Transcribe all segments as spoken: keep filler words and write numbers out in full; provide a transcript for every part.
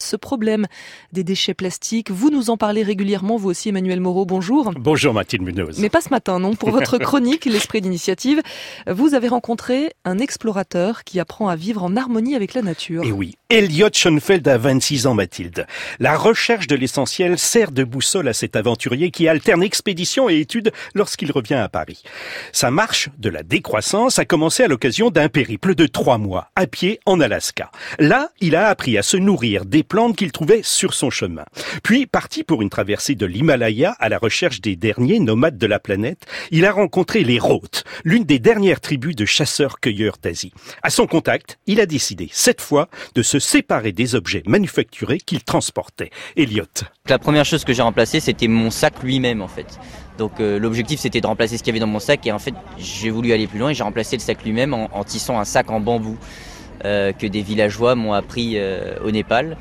ce problème des déchets plastiques. Vous nous en parlez régulièrement, vous aussi Emmanuel Moreau, bonjour. Bonjour Mathilde Munoz. Mais pas ce matin, non. Pour votre chronique, l'esprit d'initiative, vous avez rencontré un explorateur qui apprend à vivre en harmonie avec la nature. Et oui, Elliot Schoenfeld a vingt-six ans, Mathilde. La recherche de l'essentiel sert de boussole à cet aventurier qui alterne expédition et études lorsqu'il revient à Paris. Sa marche de la décroissance a commencé à l'occasion d'un périple de trois mois, à pied en Alaska. Là, il a appris à se nourrir des plantes qu'il trouvait sur son chemin. Puis, parti pour une traversée de l'Himalaya à la recherche des derniers nomades de la planète, il a rencontré les Rhotes, l'une des dernières tribus de chasseurs-cueilleurs d'Asie. À son contact, il a décidé, cette fois, de se séparer des objets manufacturés qu'il transportait. Elliot. La première chose que j'ai remplacée, c'était mon sac lui-même, en fait. Donc euh, l'objectif, c'était de remplacer ce qu'il y avait dans mon sac. Et en fait, j'ai voulu aller plus loin et j'ai remplacé le sac lui-même en, en tissant un sac en bambou euh, que des villageois m'ont appris euh, au Népal.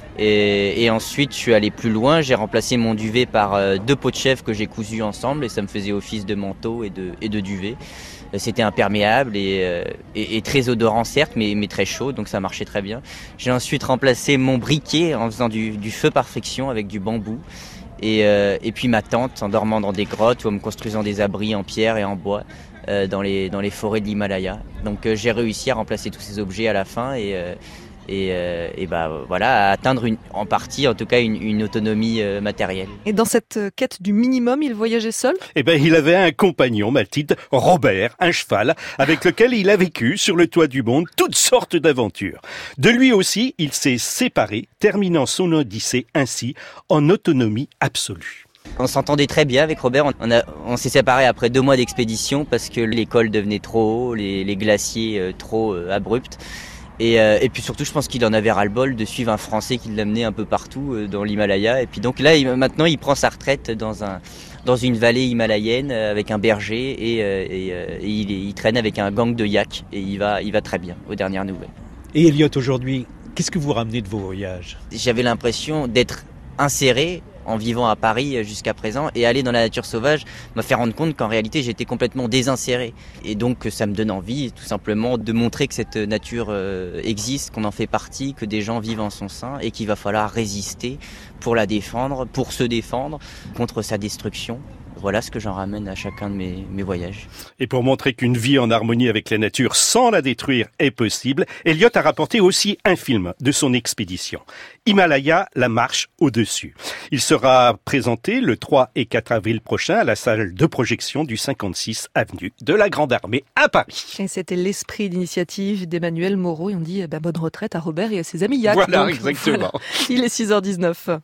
Et, et ensuite, je suis allé plus loin. J'ai remplacé mon duvet par euh, deux peaux de chèvre que j'ai cousues ensemble. Et ça me faisait office de manteau et de, et de duvet. C'était imperméable et, euh, et, et très odorant certes, mais, mais très chaud, donc ça marchait très bien. J'ai ensuite remplacé mon briquet en faisant du, du feu par friction avec du bambou. Et, euh, et puis ma tente en dormant dans des grottes ou en me construisant des abris en pierre et en bois euh, dans, les, dans les forêts de l'Himalaya. Donc euh, j'ai réussi à remplacer tous ces objets à la fin et... Euh, et, euh, et bah voilà, à atteindre une, en partie, en tout cas, une, une autonomie euh, matérielle. Et dans cette quête du minimum, il voyageait seul ? Eh ben, il avait un compagnon, Mathilde, Robert, un cheval, avec lequel il a vécu sur le toit du monde toutes sortes d'aventures. De lui aussi, il s'est séparé, terminant son odyssée ainsi en autonomie absolue. On s'entendait très bien avec Robert. On, a, on s'est séparés après deux mois d'expédition parce que l'école devenait trop haut, les, les glaciers euh, trop euh, abrupts. Et, euh, et puis surtout, je pense qu'il en avait ras-le-bol de suivre un Français qui l'amenait un peu partout euh, dans l'Himalaya. Et puis donc là, il, maintenant, il prend sa retraite dans un dans une vallée himalayenne euh, avec un berger et, euh, et, euh, et il, il traîne avec un gang de yaks et il va il va très bien aux dernières nouvelles. Et Elliot, aujourd'hui, qu'est-ce que vous ramenez de vos voyages ? J'avais l'impression d'être inséré en vivant à Paris jusqu'à présent et aller dans la nature sauvage m'a fait rendre compte qu'en réalité j'étais complètement désinséré et donc ça me donne envie tout simplement de montrer que cette nature existe, qu'on en fait partie, que des gens vivent en son sein et qu'il va falloir résister pour la défendre, pour se défendre contre sa destruction. Voilà ce que j'en ramène à chacun de mes, mes voyages. Et pour montrer qu'une vie en harmonie avec la nature sans la détruire est possible, Elliot a rapporté aussi un film de son expédition. Himalaya, la marche au-dessus. Il sera présenté le trois et quatre avril prochain à la salle de projection du cinquante-six avenue de la Grande Armée à Paris. Et c'était l'esprit d'initiative d'Emmanuel Moreau. Et on dit eh ben, bonne retraite à Robert et à ses amis yaks. Voilà, donc, exactement. Voilà. Il est six heures dix-neuf.